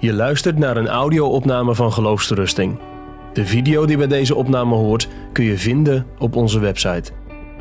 Je luistert naar een audio-opname van Geloofsterusting. De video die bij deze opname hoort kun je vinden op onze website.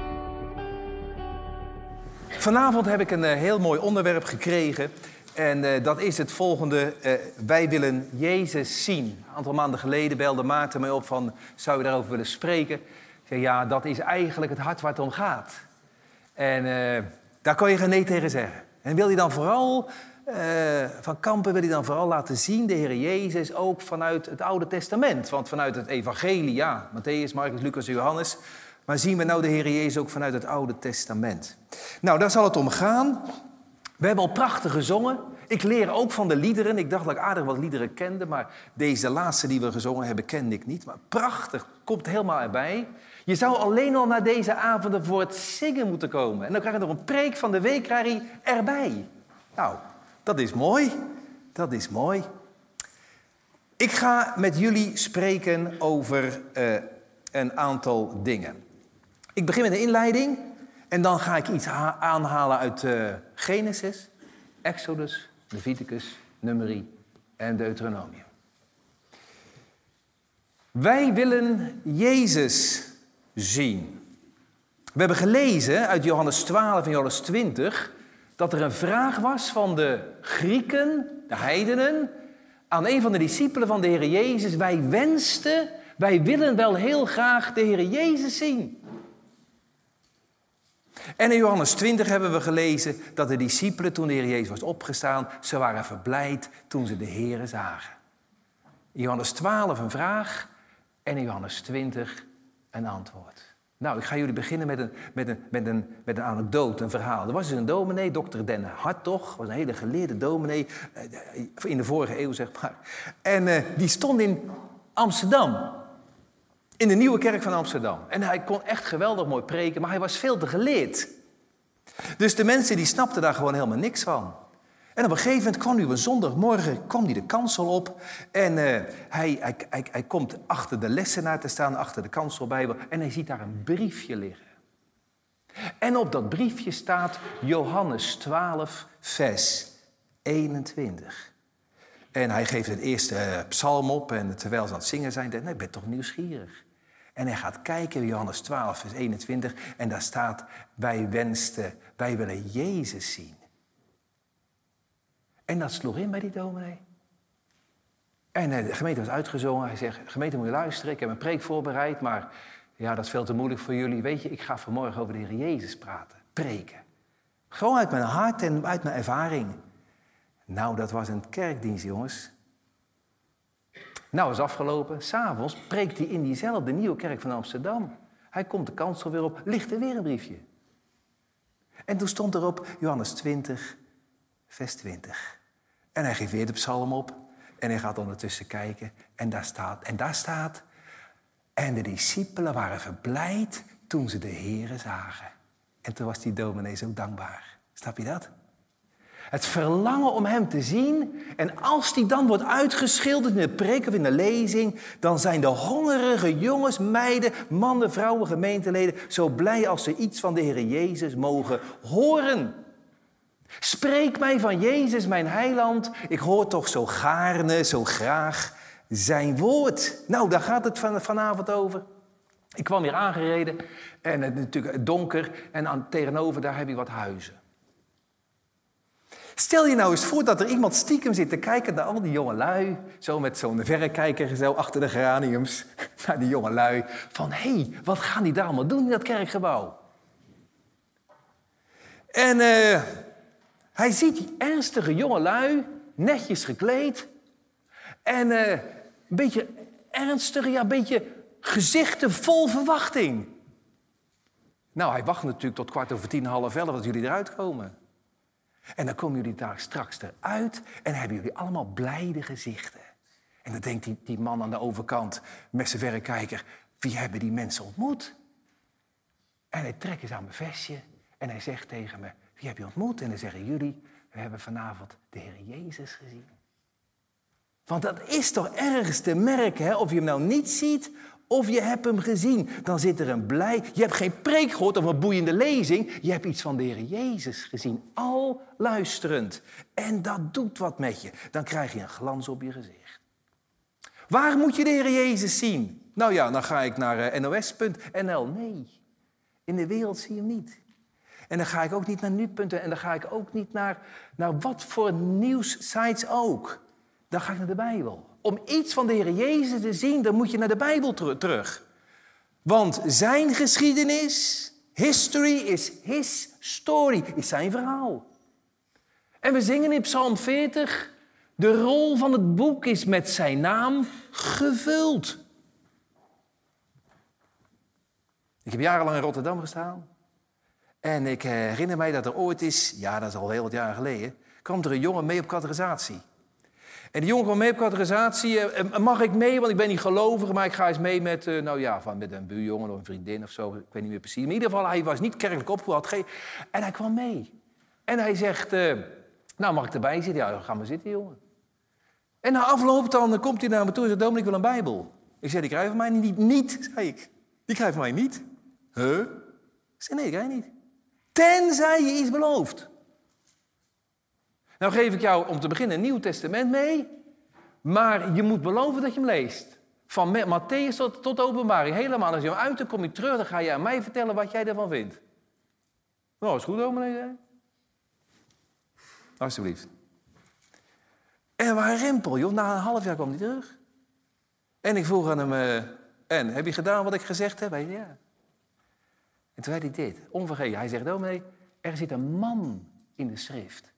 Vanavond heb ik een heel mooi onderwerp gekregen. En dat is het volgende. Wij willen Jezus zien. Een aantal maanden geleden belde Maarten mij op van... zou je daarover willen spreken? Ik zei, ja, dat is eigenlijk het hart waar het om gaat. En daar kan je geen nee tegen zeggen. En wil je dan vooral... Van Kampen wil hij dan vooral laten zien, de Heer Jezus, ook vanuit het Oude Testament. Want vanuit het Evangelie, ja, Matthäus, Marcus, Lucas en Johannes. Maar zien we nou de Heer Jezus ook vanuit het Oude Testament. Nou, daar zal het om gaan. We hebben al prachtig gezongen. Ik leer ook van de liederen. Ik dacht dat ik aardig wat liederen kende, maar deze laatste die we gezongen hebben, kende ik niet. Maar prachtig, komt helemaal erbij. Je zou alleen al naar deze avonden voor het zingen moeten komen. En dan krijg je nog een preek van de week erbij. Nou... Dat is mooi. Dat is mooi. Ik ga met jullie spreken over een aantal dingen. Ik begin met een inleiding en dan ga ik iets aanhalen uit Genesis, Exodus, Leviticus, Numeri en Deuteronomium. Wij willen Jezus zien. We hebben gelezen uit Johannes 12 en Johannes 20... dat er een vraag was van de Grieken, de heidenen, aan een van de discipelen van de Heer Jezus. Wij willen wel heel graag de Heer Jezus zien. En in Johannes 20 hebben we gelezen dat de discipelen, toen de Heer Jezus was opgestaan, ze waren verblijd toen ze de Heer zagen. In Johannes 12 een vraag en in Johannes 20 een antwoord. Nou, ik ga jullie beginnen met een anekdote, een verhaal. Er was dus een dominee, dokter Den Hartog, was een hele geleerde dominee, in de vorige eeuw zeg maar. En die stond in Amsterdam, in de Nieuwe Kerk van Amsterdam. En hij kon echt geweldig mooi preken, maar hij was veel te geleerd. Dus de mensen die snapten daar gewoon helemaal niks van. En op een gegeven moment kwam hij op een zondagmorgen de kansel op. En hij komt achter de lessenaar te staan, achter de kanselbijbel. En hij ziet daar een briefje liggen. En op dat briefje staat Johannes 12, vers 21. En hij geeft het eerste psalm op. En terwijl ze aan het zingen zijn, denkt hij, ik ben toch nieuwsgierig. En hij gaat kijken, Johannes 12, vers 21. En daar staat, wij willen Jezus zien. En dat sloeg in bij die dominee. En de gemeente was uitgezongen. Hij zegt, gemeente moet je luisteren, ik heb een preek voorbereid, maar ja, dat is veel te moeilijk voor jullie. Weet je, ik ga vanmorgen over de Heer Jezus preken. Gewoon uit mijn hart en uit mijn ervaring. Nou, dat was een kerkdienst, jongens. Nou, is afgelopen. 's Avonds preekt hij in diezelfde Nieuwe Kerk van Amsterdam. Hij komt de kansel weer op, ligt er weer een briefje. En toen stond erop Johannes 20, vers 20. En hij geeft weer de psalm op. En hij gaat ondertussen kijken. En daar staat... En de discipelen waren verblijd toen ze de Heere zagen. En toen was die dominee zo dankbaar. Snap je dat? Het verlangen om hem te zien. En als die dan wordt uitgeschilderd in de preek of in de lezing... dan zijn de hongerige jongens, meiden, mannen, vrouwen, gemeenteleden... zo blij als ze iets van de Heere Jezus mogen horen... Spreek mij van Jezus, mijn heiland. Ik hoor toch zo gaarne, zo graag zijn woord. Nou, daar gaat het vanavond over. Ik kwam hier aangereden en het is natuurlijk donker. En tegenover daar heb je wat huizen. Stel je nou eens voor dat er iemand stiekem zit te kijken naar al die jonge lui. Zo met zo'n verrekijker zo achter de geraniums. Naar die jonge lui. Van, hé, wat gaan die daar allemaal doen in dat kerkgebouw? En... hij ziet die ernstige jongelui, netjes gekleed. En een beetje ernstig, ja, een beetje gezichten vol verwachting. Nou, hij wacht natuurlijk tot 11:15, 11:30 dat jullie eruit komen. En dan komen jullie daar straks eruit en hebben jullie allemaal blijde gezichten. En dan denkt die man aan de overkant met zijn verrekijker, wie hebben die mensen ontmoet? En hij trekt eens aan mijn vestje en hij zegt tegen me, wie heb je ontmoet? En dan zeggen jullie, we hebben vanavond de Heer Jezus gezien. Want dat is toch ergens te merken, hè? Of je hem nou niet ziet Of je hebt hem gezien. Dan zit er een blij... Je hebt geen preek gehoord of een boeiende lezing. Je hebt iets van de Heer Jezus gezien. Al luisterend. En dat doet wat met je. Dan krijg je een glans op je gezicht. Waar moet je de Heer Jezus zien? Nou ja, dan ga ik naar nos.nl. Nee, in de wereld zie je hem niet. En dan ga ik ook niet naar nu.nl. En dan ga ik ook niet naar wat voor nieuwssites ook. Dan ga ik naar de Bijbel. Om iets van de Heer Jezus te zien, dan moet je naar de Bijbel terug. Want zijn geschiedenis, history is his story, is zijn verhaal. En we zingen in Psalm 40... De rol van het boek is met zijn naam gevuld. Ik heb jarenlang in Rotterdam gestaan. En ik herinner mij dat er ooit is, ja dat is al heel wat jaren geleden, kwam er een jongen mee op catechisatie. En die jongen kwam mee op catechisatie. Mag ik mee, want ik ben niet gelovig, maar ik ga eens mee met, met een buurjongen of een vriendin of zo. Ik weet niet meer precies. Maar in ieder geval, hij was niet kerkelijk opgevoed. En hij kwam mee. En hij zegt, mag ik erbij zitten? Ja, ga maar zitten, jongen. En na afloop dan komt hij naar me toe en zegt, Dominee, ik wil een Bijbel. Ik zei, die krijg je van mij niet, zei ik. Die krijg je van mij niet. Huh? Ik zei, nee, die krijg je niet. Tenzij je iets belooft. Nou geef ik jou om te beginnen een Nieuw Testament mee. Maar je moet beloven dat je hem leest. Van Mattheüs tot Openbaring. Helemaal als je hem uit dan kom je terug. Dan ga je aan mij vertellen wat jij ervan vindt. Nou, is goed, Dominee. Alsjeblieft. En waar rempel, joh. Na een half jaar kwam hij terug. En ik vroeg aan hem... En, heb je gedaan wat ik gezegd heb? Hij zei, ja. En toen zei hij dit. Onvergeten. Hij zegt, Dominee, er zit een man in de schrift.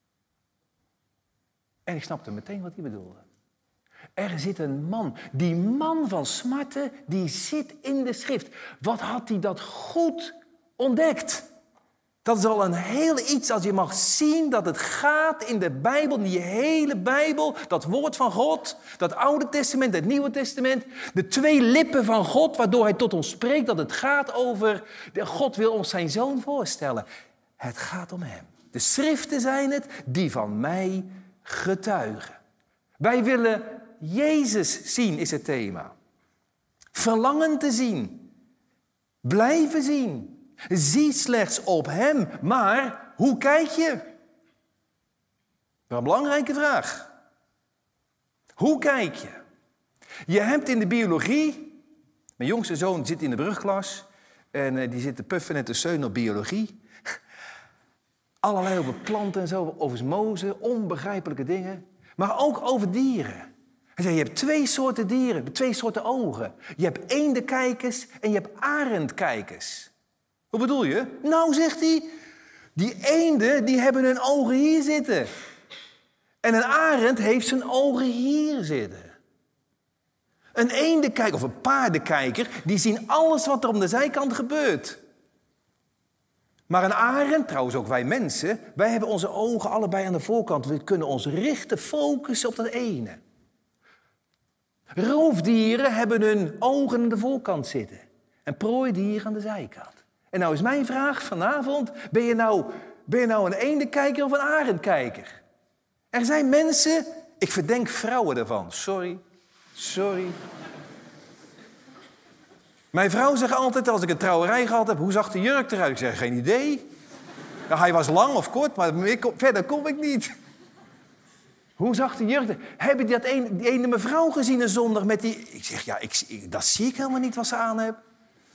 En ik snapte meteen wat hij bedoelde. Er zit een man. Die man van smarten, die zit in de schrift. Wat had hij dat goed ontdekt? Dat is al een heel iets als je mag zien dat het gaat in de Bijbel, die hele Bijbel, dat woord van God, dat Oude Testament, het Nieuwe Testament, de twee lippen van God, waardoor hij tot ons spreekt, dat het gaat over, God wil ons zijn zoon voorstellen. Het gaat om hem. De schriften zijn het die van mij getuigen. Wij willen Jezus zien, is het thema. Verlangen te zien. Blijven zien. Zie slechts op hem, maar hoe kijk je? Een belangrijke vraag. Hoe kijk je? Je hebt in de biologie, mijn jongste zoon zit in de brugklas en die zit te puffen en te steunen op biologie. Allerlei over planten en zo, over osmose, onbegrijpelijke dingen. Maar ook over dieren. Hij zei, je hebt twee soorten dieren, twee soorten ogen. Je hebt eendenkijkers en je hebt arendkijkers. Hoe bedoel je? Nou, zegt hij, die eenden die hebben hun ogen hier zitten. En een arend heeft zijn ogen hier zitten. Een eendekijker of een paardenkijker, die zien alles wat er om de zijkant gebeurt. Maar een arend, trouwens ook wij mensen, wij hebben onze ogen allebei aan de voorkant. We kunnen ons richten, focussen op dat ene. Roofdieren hebben hun ogen aan de voorkant zitten. En prooidieren aan de zijkant. En nou is mijn vraag vanavond, ben je nou een eendekijker of een arendkijker? Er zijn mensen, ik verdenk vrouwen ervan. Sorry. Mijn vrouw zegt altijd, als ik een trouwerij gehad heb, hoe zag de jurk eruit? Ik zeg, geen idee. Ja, hij was lang of kort, maar verder kom ik niet. Hoe zag de jurk eruit? Heb je die ene mevrouw gezien een zondag met die... Ik zeg, ja, dat zie ik helemaal niet wat ze aan heeft.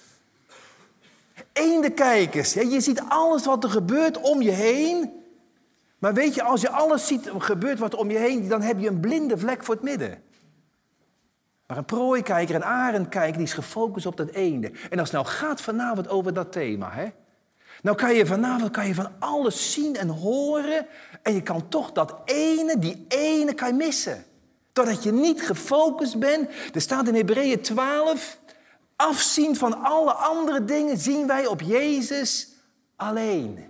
Eendekijkers, ja, je ziet alles wat er gebeurt om je heen. Maar weet je, als je alles ziet gebeurt wat om je heen, dan heb je een blinde vlek voor het midden. Maar een prooikijker, een arendkijker, die is gefocust op dat eende. En als het nou gaat vanavond over dat thema, hè. Nou kan je vanavond van alles zien en horen. En je kan toch die ene kan je missen. Doordat je niet gefocust bent. Er staat in Hebreeën 12... Afzien van alle andere dingen zien wij op Jezus alleen.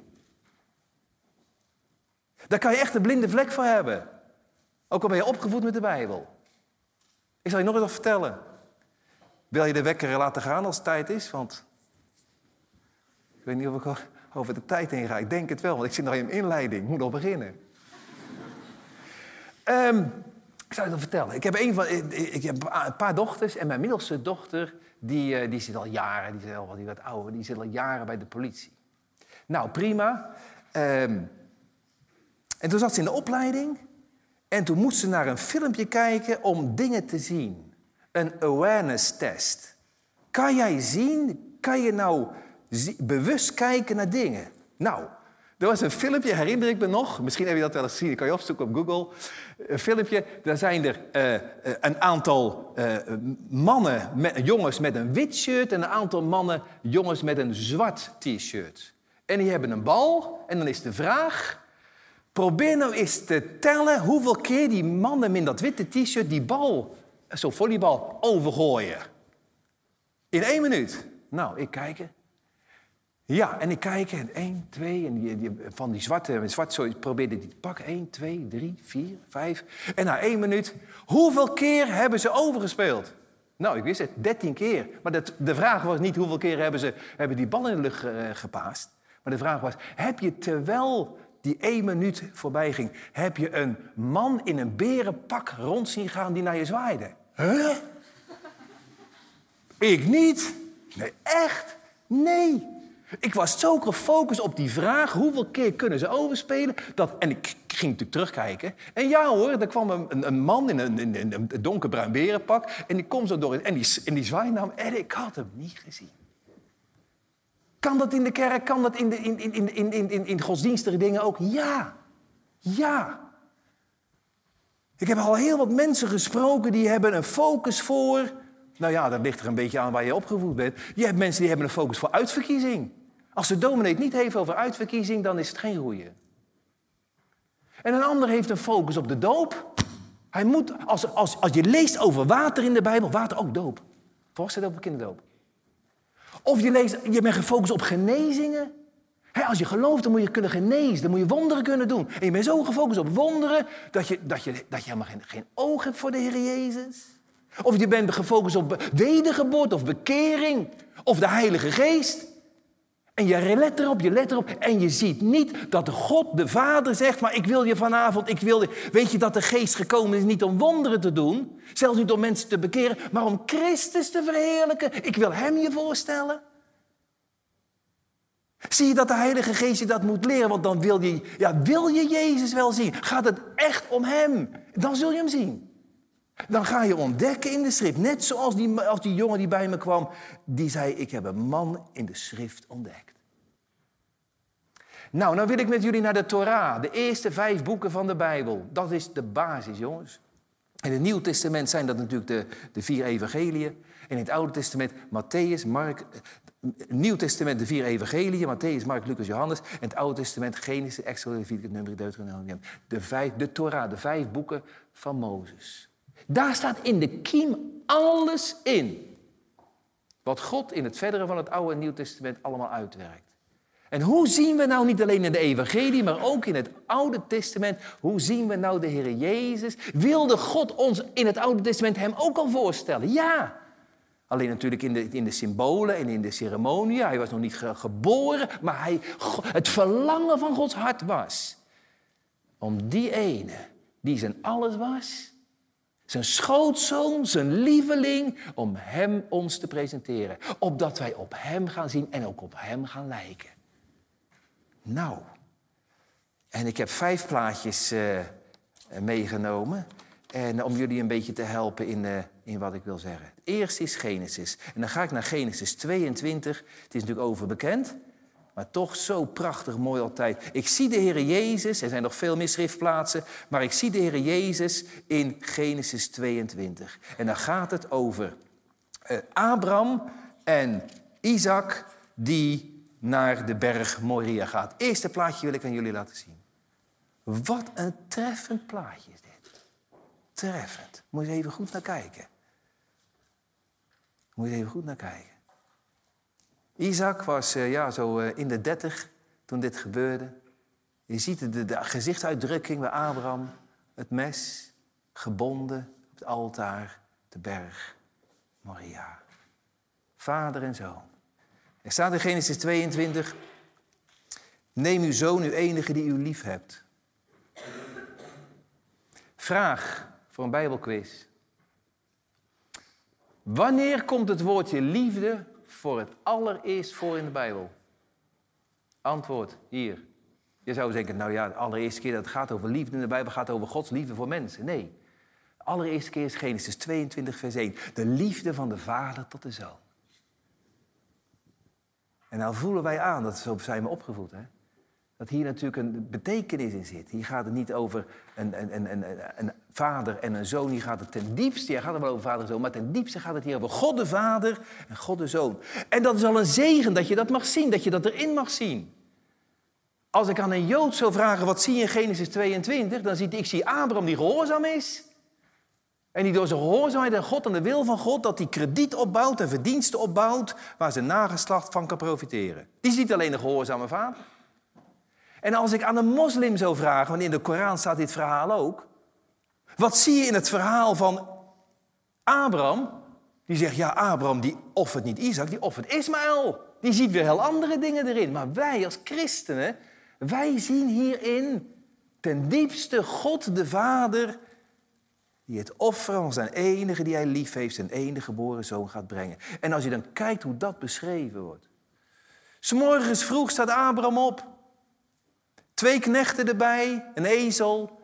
Daar kan je echt een blinde vlek voor hebben. Ook al ben je opgevoed met de Bijbel. Ik zal je nog eens vertellen. Wil je de wekker laten gaan als het tijd is? Want ik weet niet of ik over de tijd heen ga. Ik denk het wel, want ik zit nog in een inleiding. Ik moet nog beginnen. Ik zou het wel vertellen. Ik heb een paar dochters en mijn middelste dochter, die zit al jaren, die is al wat ouder, die zit al jaren bij de politie. Nou, prima. En toen zat ze in de opleiding en toen moest ze naar een filmpje kijken om dingen te zien. Een awareness test. Kan je nou bewust kijken naar dingen? Nou, er was een filmpje, herinner ik me nog. Misschien heb je dat wel eens gezien, dat kan je opzoeken op Google. Een filmpje, daar zijn er een aantal jongens met een wit shirt en een aantal jongens met een zwart t-shirt. En die hebben een bal en dan is de vraag, probeer nou eens te tellen hoeveel keer die mannen in dat witte t-shirt die bal, zo'n volleybal, overgooien. In 1 minuut. Nou, ik kijk. Ja, en ik kijk, en 1, 2, en van die zwarte probeerde die te pakken. 1, 2, 3, 4, 5. En na 1 minuut, hoeveel keer hebben ze overgespeeld? Nou, ik wist het, 13 keer. Maar de vraag was niet hoeveel keer hebben die bal in de lucht gepaast. Maar de vraag was, heb je terwijl die 1 minuut voorbij ging, heb je een man in een berenpak rond zien gaan die naar je zwaaide? Huh? Ik niet. Nee, echt? Nee. Ik was zo gefocust op die vraag, hoeveel keer kunnen ze overspelen? En ik ging natuurlijk terugkijken. En ja hoor, er kwam een man in een donkerbruin berenpak. En die komt zo door en die zwaaide naar me. En ik had hem niet gezien. Kan dat in de kerk? Kan dat in godsdienstige dingen ook? Ja. Ja. Ik heb al heel wat mensen gesproken die hebben een focus voor. Nou ja, dat ligt er een beetje aan waar je opgevoed bent. Je hebt mensen die hebben een focus voor uitverkiezing. Als de dominee het niet heeft over uitverkiezing, dan is het geen goeie. En een ander heeft een focus op de doop. Hij moet, als je leest over water in de Bijbel, water ook doop. Volwassen doop of kinderdoop. Of je bent gefocust op genezingen. Als je gelooft, dan moet je kunnen genezen. Dan moet je wonderen kunnen doen. En je bent zo gefocust op wonderen, dat je helemaal geen oog hebt voor de Heer Jezus. Of je bent gefocust op wedergeboorte of bekering. Of de Heilige Geest. En je let erop. En je ziet niet dat God, de Vader, zegt, maar ik wil je vanavond, weet je dat de Geest gekomen is niet om wonderen te doen. Zelfs niet om mensen te bekeren, maar om Christus te verheerlijken. Ik wil hem je voorstellen. Zie je dat de Heilige Geest je dat moet leren? Want dan wil je Jezus wel zien. Gaat het echt om hem? Dan zul je hem zien. Dan ga je ontdekken in de schrift. Net zoals die jongen die bij me kwam. Die zei, ik heb een man in de schrift ontdekt. Nou wil ik met jullie naar de Torah. De eerste 5 boeken van de Bijbel. Dat is de basis, jongens. In het Nieuwe Testament zijn dat natuurlijk de 4 evangeliën. En in het Oude Testament Mattheüs, Mark. Nieuw Testament de 4 evangeliën. Mattheüs, Mark, Lucas, Johannes. En het Oude Testament Genesis, Exodus, Leviticus, Numeri, Deuteronomium. De Torah, de 5 boeken van Mozes. Daar staat in de kiem alles in. Wat God in het verdere van het Oude en Nieuw Testament allemaal uitwerkt. En hoe zien we nou niet alleen in de evangelie, maar ook in het Oude Testament, hoe zien we nou de Heer Jezus? Wilde God ons in het Oude Testament hem ook al voorstellen? Ja. Alleen natuurlijk in de symbolen en in de ceremonie. Hij was nog niet geboren, maar het verlangen van Gods hart was om die ene, die zijn alles was, zijn schootzoon, zijn lieveling, om hem ons te presenteren. Opdat wij op hem gaan zien en ook op hem gaan lijken. Nou, en ik heb 5 plaatjes meegenomen. En om jullie een beetje te helpen in wat ik wil zeggen. Het eerste is Genesis. En dan ga ik naar Genesis 22. Het is natuurlijk overbekend. Maar toch zo prachtig mooi altijd. Ik zie de Heer Jezus, er zijn nog veel meer schriftplaatsen, maar ik zie de Heer Jezus in Genesis 22. En dan gaat het over Abraham en Isaac die naar de berg Moria gaat. Het eerste plaatje wil ik aan jullie laten zien. Wat een treffend plaatje is dit. Treffend. Moet je even goed naar kijken. Isaac was zo in de 30 toen dit gebeurde. Je ziet de gezichtsuitdrukking bij Abraham. Het mes, gebonden op het altaar, de berg Moria. Vader en zoon. Er staat in Genesis 22. Neem uw zoon, uw enige die u lief hebt. Vraag voor een Bijbelquiz. Wanneer komt het woordje liefde voor het allereerst voor in de Bijbel? Antwoord, hier. Je zou denken, nou ja, de allereerste keer dat het gaat over liefde in de Bijbel gaat over Gods liefde voor mensen. Nee, de allereerste keer is Genesis 22 vers 1. De liefde van de vader tot de zoon. En nou voelen wij aan, dat zo zijn we opgevoed, hè? Dat hier natuurlijk een betekenis in zit. Hier gaat het niet over een vader en een zoon. Hier gaat het ten diepste, hier gaat het wel over vader en zoon. Maar ten diepste gaat het hier over God de Vader en God de Zoon. En dat is al een zegen dat je dat mag zien, dat je dat erin mag zien. Als ik aan een Jood zou vragen, wat zie je in Genesis 22? Dan zie ik Abraham die gehoorzaam is. En die door zijn gehoorzaamheid aan God en de wil van God, dat hij krediet opbouwt en verdiensten opbouwt, waar zijn nageslacht van kan profiteren. Die ziet alleen een gehoorzame vader. En als ik aan een moslim zou vragen, want in de Koran staat dit verhaal ook. Wat zie je in het verhaal van Abraham? Die zegt, ja, Abraham die offert niet Isaac, die offert Ismaël. Die ziet weer heel andere dingen erin. Maar wij als christenen, wij zien hierin ten diepste God de Vader, die het offer van zijn enige die hij lief heeft, zijn enige geboren zoon gaat brengen. En als je dan kijkt hoe dat beschreven wordt. 'S Morgens vroeg staat Abraham op. 2 knechten erbij, een ezel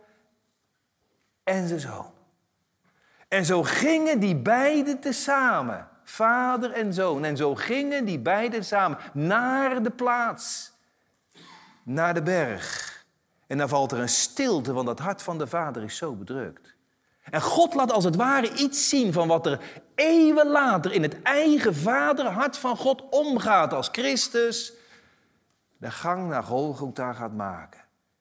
en zijn zoon. En zo gingen die beiden tezamen, vader en zoon. En zo gingen die beiden samen naar de plaats, naar de berg. En dan valt er een stilte, want het hart van de vader is zo bedrukt. En God laat als het ware iets zien van wat er eeuwen later in het eigen vaderhart van God omgaat als Christus de gang naar Golgotha gaat maken.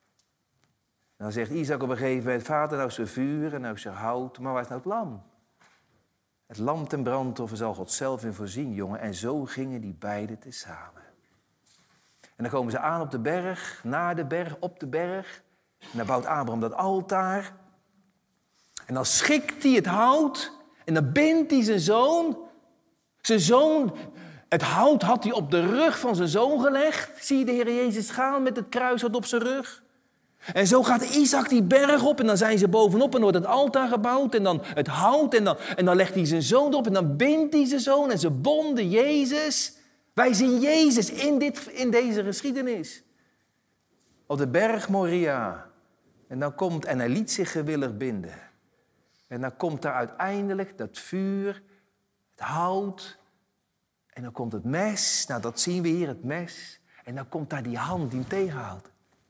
En dan zegt Isaac op een gegeven moment, vader, nou is er vuur en nou is er hout, maar waar is nou het lam? Het lam ten brandoffer zal God zelf in voorzien, jongen. En zo gingen die beiden tezamen. En dan komen ze aan op de berg, naar de berg, op de berg. En dan bouwt Abraham dat altaar. En dan schikt hij het hout en dan bindt hij zijn zoon. Zijn zoon, het hout had hij op de rug van zijn zoon gelegd. Zie je de Heer Jezus gaan met het kruishout op zijn rug? En zo gaat Isaac die berg op en dan zijn ze bovenop en dan wordt het altaar gebouwd en dan het hout en dan legt hij zijn zoon erop en dan bindt hij zijn zoon en ze bonden Jezus. Wij zien Jezus in deze geschiedenis. Op de berg Moria. En hij liet zich gewillig binden. En dan komt daar uiteindelijk dat vuur, het hout en dan komt het mes. Nou, dat zien we hier, het mes. En dan komt daar die hand die hem tegenhoudt.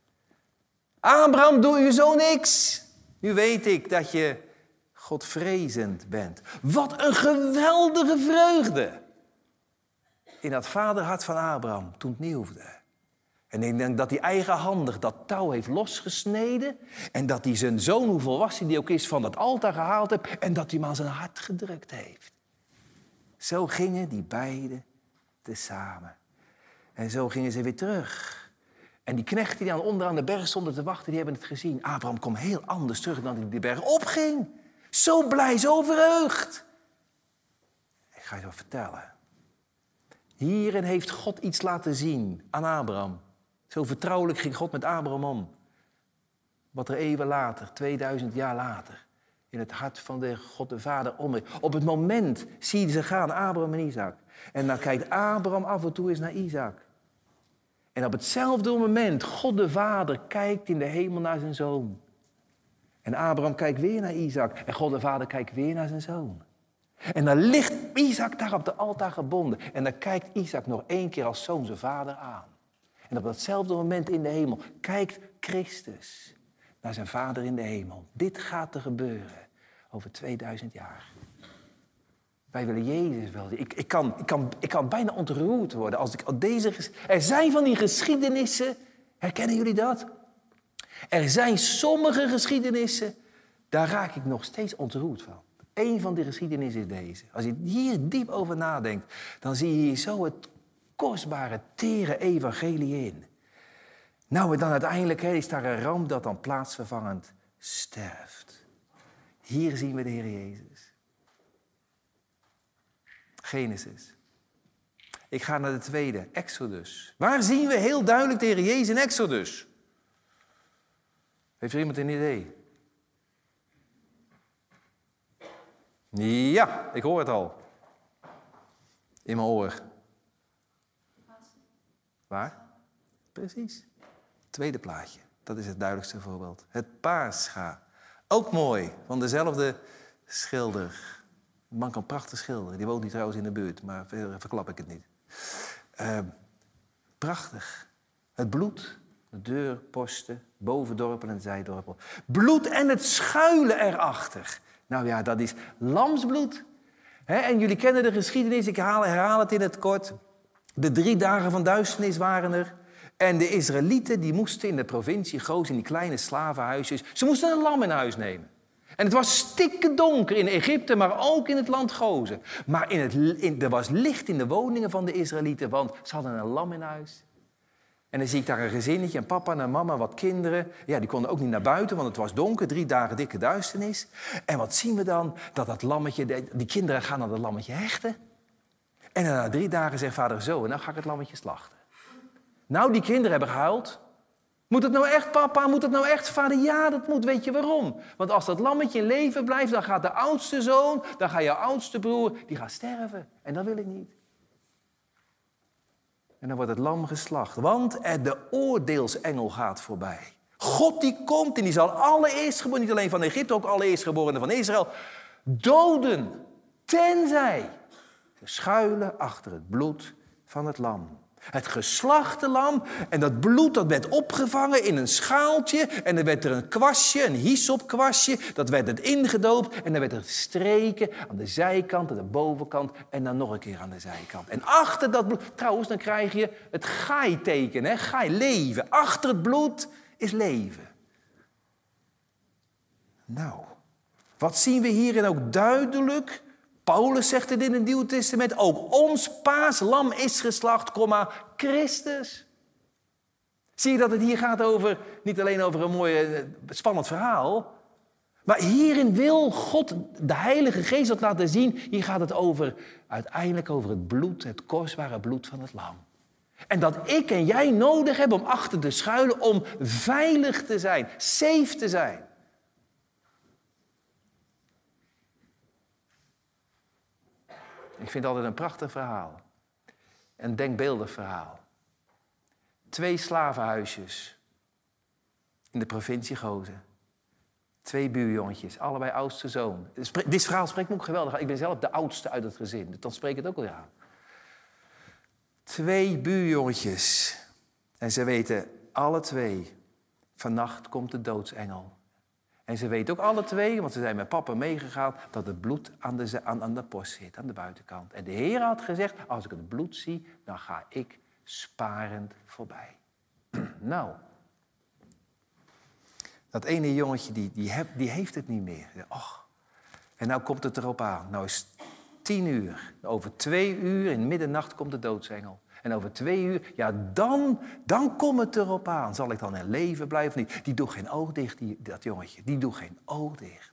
Abraham, doe je zo niks. Nu weet ik dat je Godvrezend bent. Wat een geweldige vreugde. In dat vaderhart van Abraham toen het niet hoefde. En ik denk dat hij eigenhandig dat touw heeft losgesneden. En dat hij zijn zoon, hoe volwassen die ook is, van dat altaar gehaald heeft. En dat hij hem aan zijn hart gedrukt heeft. Zo gingen die beiden tezamen. En zo gingen ze weer terug. En die knechten die aan onderaan de berg stonden te wachten, die hebben het gezien. Abraham kwam heel anders terug dan hij die berg opging. Zo blij, zo verheugd. Ik ga je wat vertellen. Hierin heeft God iets laten zien aan Abraham. Zo vertrouwelijk ging God met Abraham om. Wat er eeuwen later, 2000 jaar later, in het hart van de God de Vader om. Op het moment zie je ze gaan, Abraham en Isaac. En dan kijkt Abraham af en toe eens naar Isaac. En op hetzelfde moment, God de Vader kijkt in de hemel naar zijn zoon. En Abraham kijkt weer naar Isaac. En God de Vader kijkt weer naar zijn zoon. En dan ligt Isaac daar op de altaar gebonden. En dan kijkt Isaac nog 1 keer als zoon zijn vader aan. En op datzelfde moment in de hemel kijkt Christus naar zijn vader in de hemel. Dit gaat er gebeuren over 2000 jaar. Wij willen Jezus wel. Ik kan bijna ontroerd worden als ik al deze... Er zijn van die geschiedenissen, herkennen jullie dat? Er zijn sommige geschiedenissen, daar raak ik nog steeds ontroerd van. Eén van die geschiedenissen is deze. Als je hier diep over nadenkt, dan zie je hier zo het kostbare, tere evangelie in. Nou, en dan uiteindelijk is daar een ramp dat dan plaatsvervangend sterft. Hier zien we de Heer Jezus. Genesis. Ik ga naar de tweede, Exodus. Waar zien we heel duidelijk de Heer Jezus in Exodus? Heeft er iemand een idee? Ja, ik hoor het al. In mijn oor. Waar? Precies. Tweede plaatje. Dat is het duidelijkste voorbeeld. Het Pascha. Ook mooi, van dezelfde schilder. De man kan prachtig schilderen. Die woont niet trouwens in de buurt, maar verklap ik het niet. Prachtig. Het bloed, de deurposten, bovendorpel en zijdorpel. Bloed en het schuilen erachter. Nou ja, dat is lamsbloed. En jullie kennen de geschiedenis, ik herhaal het in het kort. De 3 dagen van duisternis waren er. En de Israëlieten die moesten in de provincie Gozen, in die kleine slavenhuisjes, ze moesten een lam in huis nemen. En het was stikkendonker in Egypte, maar ook in het land Gozen. Maar er was licht in de woningen van de Israëlieten, want ze hadden een lam in huis. En dan zie ik daar een gezinnetje, een papa en een mama, wat kinderen. Ja, die konden ook niet naar buiten, want het was donker, 3 dagen dikke duisternis. En wat zien we dan? Dat lammetje, die kinderen gaan aan dat lammetje hechten. En na 3 dagen zegt vader zo, en dan ga ik het lammetje slachten. Nou, die kinderen hebben gehuild. Moet het nou echt, papa? Moet het nou echt, vader? Ja, dat moet. Weet je waarom? Want als dat lammetje in leven blijft, dan gaat de oudste zoon, dan gaat jouw oudste broer, die gaat sterven. En dat wil ik niet. En dan wordt het lam geslacht. Want de oordeelsengel gaat voorbij. God die komt en die zal alle eerstgeborenen, niet alleen van Egypte, ook alle eerstgeborenen van Israël, doden. Tenzij ze schuilen achter het bloed van het lam. Het geslachte lam en dat bloed dat werd opgevangen in een schaaltje. En dan werd er een kwastje, een hyssopkwastje. Dat werd het ingedoopt en dan werd er gestreken aan de zijkant, aan de bovenkant en dan nog een keer aan de zijkant. En achter dat bloed, trouwens dan krijg je het Gai-teken, Gai, leven. Achter het bloed is leven. Nou, wat zien we hierin ook duidelijk? Paulus zegt het in het Nieuwe Testament, ook ons paaslam is geslacht, Christus. Zie je dat het hier gaat over, niet alleen over een mooi, spannend verhaal, maar hierin wil God, de Heilige Geest, dat laten zien. Hier gaat het uiteindelijk over het bloed, het kostbare bloed van het lam. En dat ik en jij nodig hebben om achter te schuilen, om veilig te zijn, safe te zijn. Ik vind het altijd een prachtig verhaal. Een denkbeeldig verhaal. 2 slavenhuisjes in de provincie Gozen. 2 buurjongetjes, allebei oudste zoon. Dit verhaal spreekt me ook geweldig. Ik ben zelf de oudste uit het gezin, dus dan spreekt het ook wel aan. 2 buurjongetjes. En ze weten alle 2, vannacht komt de doodsengel. En ze weten ook alle 2, want ze zijn met papa meegegaan, dat het bloed aan de post zit, aan de buitenkant. En de Heer had gezegd, als ik het bloed zie, dan ga ik sparend voorbij. Nou, dat ene jongetje, die heeft het niet meer. Och. En nou komt het erop aan. Nou is het 10 uur. Over 2 uur, in middernacht, komt de doodsengel. En over 2 uur, ja, dan komt het erop aan. Zal ik dan in leven blijven of niet? Die doet geen oog dicht, dat jongetje. Die doet geen oog dicht.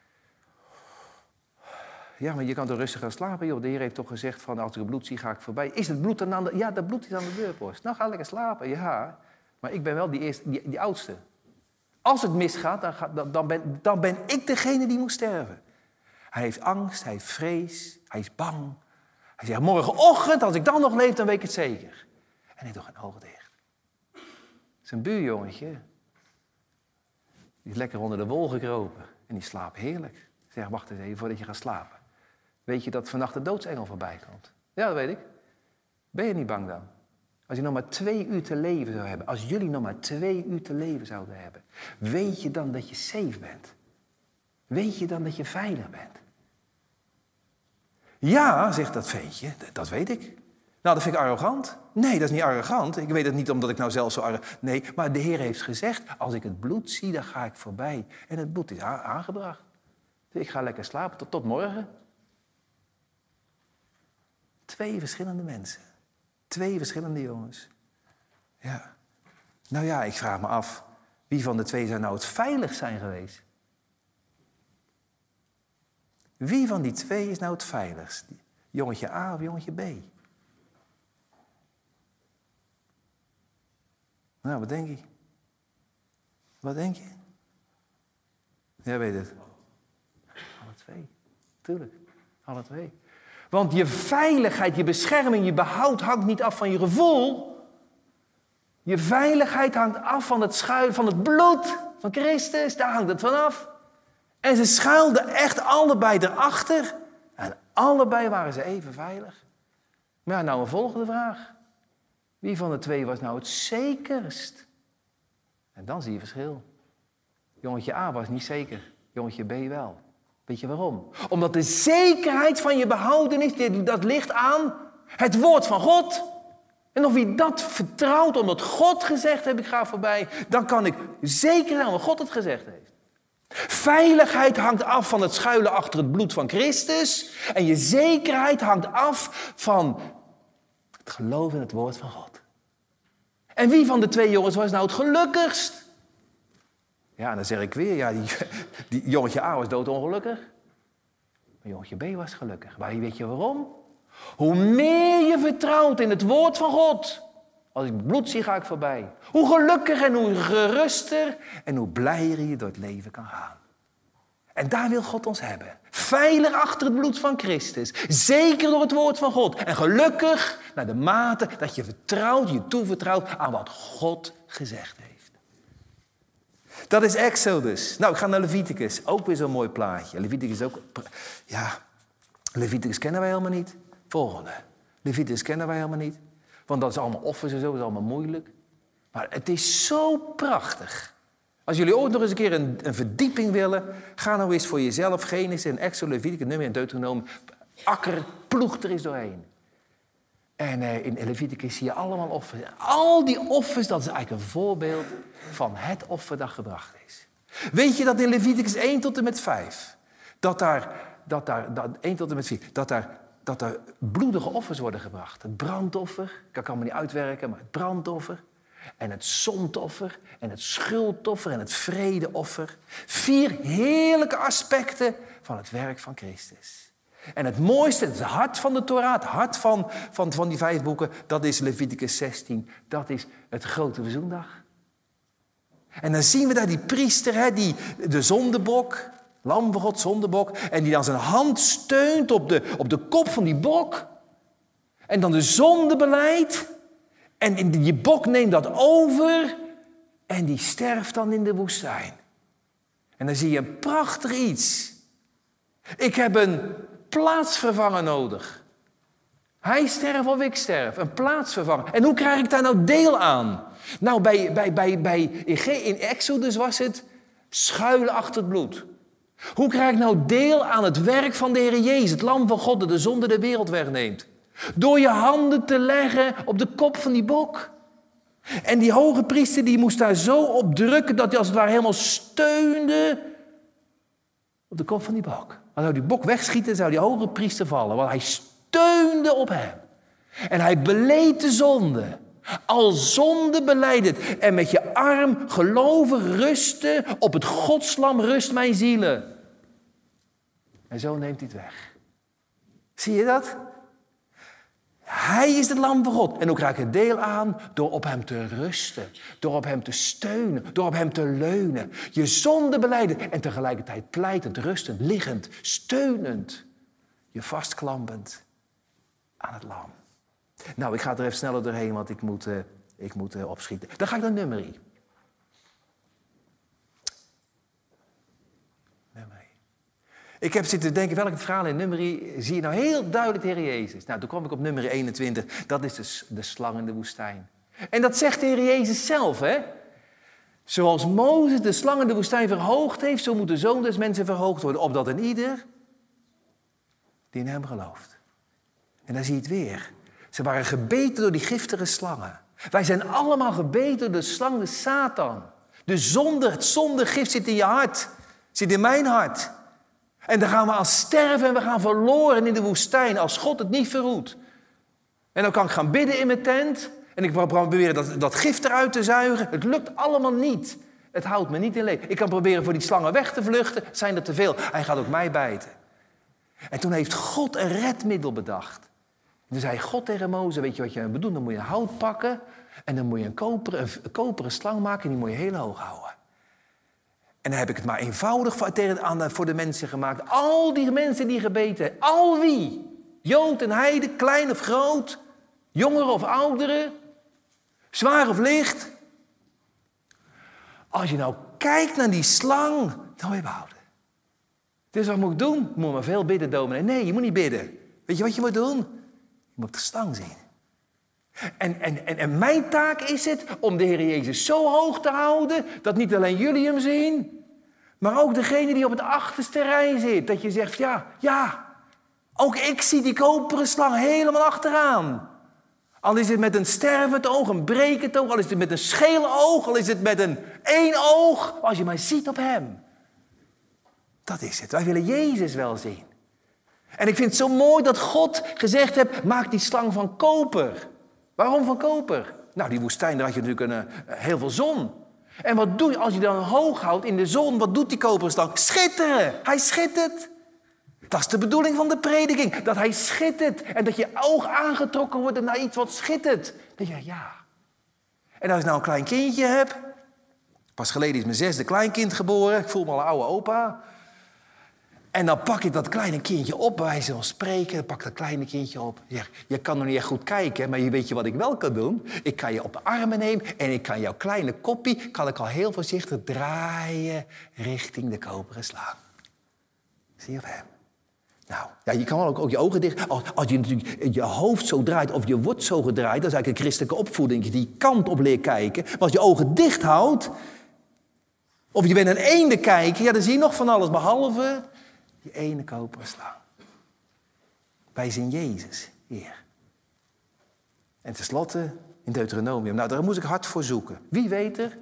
Ja, maar je kan toch rustig gaan slapen, joh. De Heer heeft toch gezegd van, als ik het bloed zie, ga ik voorbij. Is het bloed dan aan de... Ja, dat bloed is aan de deurpost. Nou, ga lekker slapen, ja. Maar ik ben wel die oudste. Als het misgaat, dan ben ik degene die moet sterven. Hij heeft angst, hij heeft vrees, hij is bang. Hij zegt, morgenochtend, als ik dan nog leef, dan weet ik het zeker. En hij doet geen ogen dicht. Zijn buurjongetje, die is lekker onder de wol gekropen. En die slaapt heerlijk. Ik zeg, wacht eens even voordat je gaat slapen. Weet je dat vannacht de doodsengel voorbij komt? Ja, dat weet ik. Ben je niet bang dan? Als je nog maar 2 uur te leven zou hebben. Als jullie nog maar 2 uur te leven zouden hebben. Weet je dan dat je safe bent? Weet je dan dat je veilig bent? Ja, zegt dat ventje, dat weet ik. Nou, dat vind ik arrogant. Nee, dat is niet arrogant. Ik weet het niet omdat ik nou zelf zo arrogant... Nee, maar de Heer heeft gezegd, als ik het bloed zie, dan ga ik voorbij. En het bloed is aangebracht. Dus ik ga lekker slapen tot morgen. 2 verschillende mensen. 2 verschillende jongens. Ja. Nou ja, ik vraag me af, wie van de 2 zou nou het veiligst zijn geweest? Wie van die 2 is nou het veiligst? Jongetje A of jongetje B? Nou, wat denk je? Wat denk je? Jij weet het. Alle 2. Tuurlijk, alle twee. Want je veiligheid, je bescherming, je behoud hangt niet af van je gevoel. Je veiligheid hangt af van het schuilen van het bloed van Christus. Daar hangt het vanaf. En ze schuilden echt allebei erachter. En allebei waren ze even veilig. Maar ja, nou een volgende vraag. Wie van de twee was nou het zekerst? En dan zie je verschil. Jongetje A was niet zeker. Jongetje B wel. Weet je waarom? Omdat de zekerheid van je behoudenis, dat ligt aan het woord van God. En of wie dat vertrouwt, omdat God gezegd heeft, ik ga voorbij, dan kan ik zeker zijn omdat God het gezegd heeft. Veiligheid hangt af van het schuilen achter het bloed van Christus. En je zekerheid hangt af van het geloof in het woord van God. En wie van de twee jongens was nou het gelukkigst? Ja, dan zeg ik weer, ja, die jongetje A was doodongelukkig. Maar jongetje B was gelukkig. Maar weet je waarom? Hoe meer je vertrouwt in het woord van God. Als ik bloed zie, ga ik voorbij. Hoe gelukkiger en hoe geruster en hoe blijer je door het leven kan gaan. En daar wil God ons hebben. Veilig achter het bloed van Christus. Zeker door het woord van God. En gelukkig naar de mate dat je vertrouwt, je toevertrouwt aan wat God gezegd heeft. Dat is Exodus. Nou, ik ga naar Leviticus. Ook weer zo'n mooi plaatje. Leviticus ook... Ja, Leviticus kennen wij helemaal niet. Volgende. Leviticus kennen wij helemaal niet. Want dat is allemaal offers en zo, dat is allemaal moeilijk. Maar het is zo prachtig. Als jullie ooit nog eens een keer een verdieping willen, ga nou eens voor jezelf Genesis en Exodus, Leviticus, Numeri en Deuteronomium. Akker, ploeg er eens doorheen. En in Leviticus zie je allemaal offers. Al die offers, dat is eigenlijk een voorbeeld van het offer dat gebracht is. Weet je dat in Leviticus 1 tot en met 5, dat daar bloedige offers worden gebracht. Het brandoffer, ik kan het allemaal niet uitwerken, maar het brandoffer. En het zondoffer, en het schuldoffer, en het vredeoffer. 4 heerlijke aspecten van het werk van Christus. En het mooiste, het hart van de Torah, het hart van die 5 boeken, dat is Leviticus 16. Dat is het grote verzoendag. En dan zien we daar die priester, de zondebok, lam van God, zondebok, en die dan zijn hand steunt op de kop van die bok. En dan de zonde beleidt. En die bok neemt dat over en die sterft dan in de woestijn. En dan zie je een prachtig iets. Ik heb een plaatsvervanger nodig. Hij sterft of ik sterf, een plaatsvervanger. En hoe krijg ik daar nou deel aan? Nou, in Exodus was het schuilen achter het bloed. Hoe krijg ik nou deel aan het werk van de Heer Jezus, het lam van God dat de zonde de wereld wegneemt? Door je handen te leggen op de kop van die bok. En die hoge priester die moest daar zo op drukken dat hij als het ware helemaal steunde op de kop van die bok. Als zou die bok wegschieten, zou die hoge priester vallen. Want hij steunde op hem. En hij beleed de zonde. Al zonde belijdend. En met je arm gelovig rusten op het godslam rust mijn zielen. En zo neemt hij het weg. Zie je dat? Hij is het lam van God. En hoe krijg ik er deel aan? Door op hem te rusten. Door op hem te steunen. Door op hem te leunen. Je zonde belijden. En tegelijkertijd pleitend, rustend, liggend, steunend. Je vastklampend aan het lam. Nou, ik ga er even sneller doorheen, want ik moet opschieten. Dan ga ik naar Numeri. Ik heb zitten denken, welke verhalen in Numeri zie je nou heel duidelijk de Heer Jezus? Nou, toen kwam ik op Numeri 21. Dat is de slang in de woestijn. En dat zegt de Heer Jezus zelf, hè? Zoals Mozes de slang in de woestijn verhoogd heeft, zo moet de Zoon des Mensen verhoogd worden. Opdat een ieder die in hem gelooft. En dan zie je het weer. Ze waren gebeten door die giftige slangen. Wij zijn allemaal gebeten door de slang, de Satan. De zonde, het zondegift zit in je hart. Zit in mijn hart. En dan gaan we als sterven en we gaan verloren in de woestijn als God het niet verhoedt. En dan kan ik gaan bidden in mijn tent. En ik probeer dat gif eruit te zuigen. Het lukt allemaal niet. Het houdt me niet in leven. Ik kan proberen voor die slangen weg te vluchten. Zijn er te veel. Hij gaat ook mij bijten. En toen heeft God een redmiddel bedacht. En toen zei God tegen Mozes, weet je wat je moet doen? Dan moet je hout pakken. En dan moet je een koperen slang maken en die moet je heel hoog houden. En dan heb ik het maar eenvoudig voor de mensen gemaakt. Al die mensen die gebeten, al wie, Jood en heide, klein of groot, jongeren of ouderen, zwaar of licht. Als je nou kijkt naar die slang, dan wil je behouden. Dus wat moet ik doen? Je moet maar veel bidden, dominee. Nee, je moet niet bidden. Weet je wat je moet doen? Je moet de slang zien. En mijn taak is het om de Heer Jezus zo hoog te houden, dat niet alleen jullie hem zien, maar ook degene die op het achterste rij zit. Dat je zegt, ja, ook ik zie die koperen slang helemaal achteraan. Al is het met een stervend oog, een brekend oog, al is het met een scheel oog, al is het met een één oog. Als je maar ziet op hem. Dat is het. Wij willen Jezus wel zien. En ik vind het zo mooi dat God gezegd heeft, maak die slang van koper. Waarom van koper? Nou, die woestijn, daar had je natuurlijk heel veel zon. En wat doe je als je dan hoog houdt in de zon? Wat doet die koperen slang? Schitteren. Hij schittert. Dat is de bedoeling van de prediking. Dat hij schittert. En dat je oog aangetrokken wordt naar iets wat schittert. Dan denk je, ja. En als ik nou een klein kindje heb. Pas geleden is mijn 6e kleinkind geboren. Ik voel me al een oude opa. En dan pak ik dat kleine kindje op, bij wijze van spreken. Dan pak dat kleine kindje op. Je kan nog niet echt goed kijken, maar weet je wat ik wel kan doen? Ik kan je op de armen nemen en ik kan jouw kleine koppie kan ik al heel voorzichtig draaien richting de koperen slang. Zie je op hem? Nou, ja, je kan ook je ogen dicht. Als je natuurlijk je hoofd zo draait of je wordt zo gedraaid, dat is eigenlijk een christelijke opvoeding. Dat je die kant op leert kijken. Maar als je ogen dicht houdt, of je bent een eende kijken, ja, dan zie je nog van alles behalve die ene koperen slang. Wij zien Jezus hier. En tenslotte in Deuteronomium. Nou, daar moest ik hard voor zoeken. Wie weet er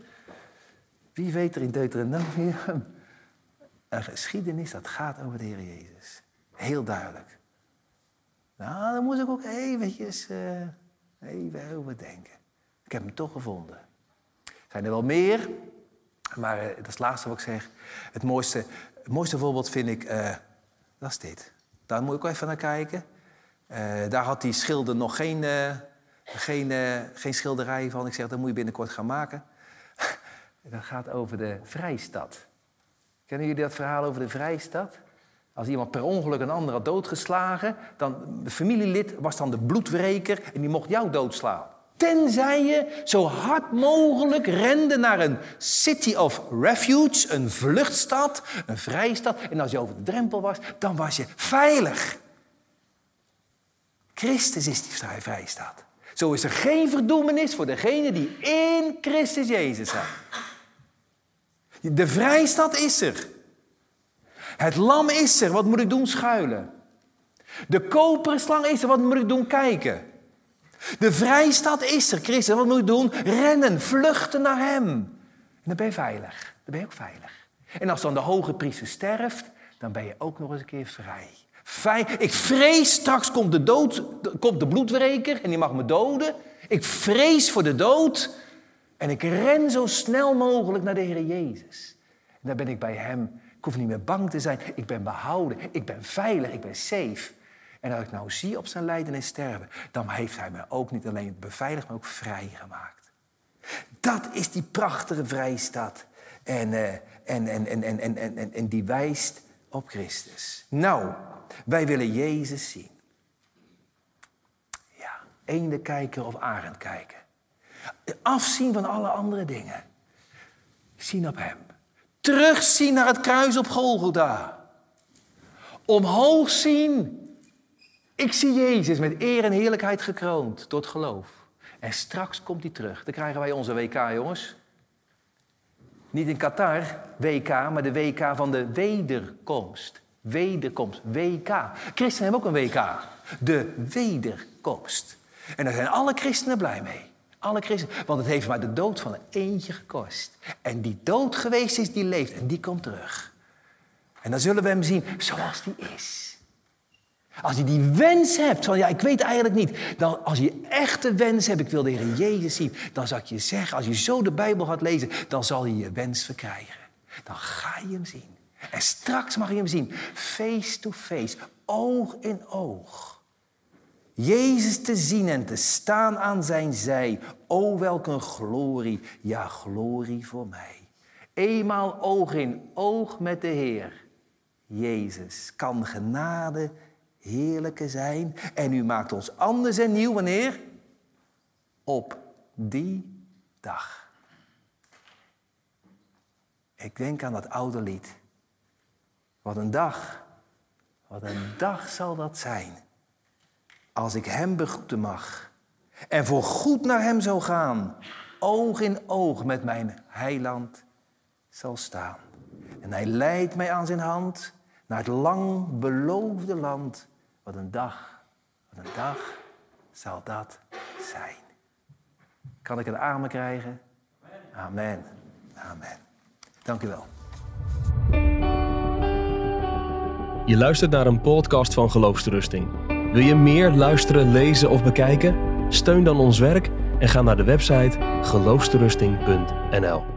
in Deuteronomium een geschiedenis dat gaat over de Heer Jezus? Heel duidelijk. Nou, daar moest ik ook eventjes even over denken. Ik heb hem toch gevonden. Er zijn er wel meer, maar dat is het laatste wat ik zeg. Het mooiste voorbeeld vind ik, dat is dit. Daar moet ik ook even naar kijken. Daar had die schilder nog geen schilderij van. Ik zeg, dat moet je binnenkort gaan maken. Dat gaat over de Vrijstad. Kennen jullie dat verhaal over de Vrijstad? Als iemand per ongeluk een ander had doodgeslagen, dan de familielid was dan de bloedwreker en die mocht jou doodslaan. Tenzij je zo hard mogelijk rende naar een city of refuge, een vluchtstad, een vrijstad. En als je over de drempel was, dan was je veilig. Christus is die vrijstad. Zo is er geen verdoemenis voor degenen die in Christus Jezus zijn. De vrijstad is er. Het lam is er, wat moet ik doen? Schuilen. De koperen slang is er, wat moet ik doen? Kijken. De vrijstad is er, Christus, wat moet ik doen? Rennen, vluchten naar hem. En dan ben je veilig. Dan ben je ook veilig. En als dan de hoge priester sterft, dan ben je ook nog eens een keer vrij. Ik vrees, straks komt de bloedwreker en die mag me doden. Ik vrees voor de dood. En ik ren zo snel mogelijk naar de Heer Jezus. En dan ben ik bij hem. Ik hoef niet meer bang te zijn. Ik ben behouden. Ik ben veilig. Ik ben safe. En als ik nou zie op zijn lijden en sterven, dan heeft hij me ook niet alleen beveiligd, maar ook vrijgemaakt. Dat is die prachtige vrijstad. En die wijst op Christus. Nou, wij willen Jezus zien. Ja, eendekijker of arendkijker. Afzien van alle andere dingen. Zien op hem. Terugzien naar het kruis op Golgotha. Omhoog zien. Ik zie Jezus met eer en heerlijkheid gekroond door het geloof. En straks komt hij terug. Dan krijgen wij onze WK, jongens. Niet in Qatar, WK, maar de WK van de wederkomst. Wederkomst, WK. Christenen hebben ook een WK. De wederkomst. En daar zijn alle christenen blij mee. Alle christenen. Want het heeft maar de dood van een eentje gekost. En die dood geweest is, die leeft. En die komt terug. En dan zullen we hem zien zoals die is. Als je die wens hebt, van ja, ik weet eigenlijk niet. Dan, als je echt de wens hebt, ik wil de Heer Jezus zien. Dan zal ik je zeggen, als je zo de Bijbel gaat lezen, dan zal je je wens verkrijgen. Dan ga je hem zien. En straks mag je hem zien. Face to face, oog in oog. Jezus te zien en te staan aan zijn zij. O, welk een glorie, ja, glorie voor mij. Eenmaal oog in oog met de Heer. Jezus, kan genade heerlijke zijn. En u maakt ons anders en nieuw, wanneer? Op die dag. Ik denk aan dat oude lied. Wat een dag zal dat zijn. Als ik hem begroeten mag. En voorgoed naar hem zou gaan. Oog in oog met mijn heiland zal staan. En hij leidt mij aan zijn hand naar het lang beloofde land. Wat een dag zal dat zijn. Kan ik een amen krijgen? Amen. Amen. Dank u wel. Je luistert naar een podcast van Geloofsterusting. Wil je meer luisteren, lezen of bekijken? Steun dan ons werk en ga naar de website geloofsterusting.nl.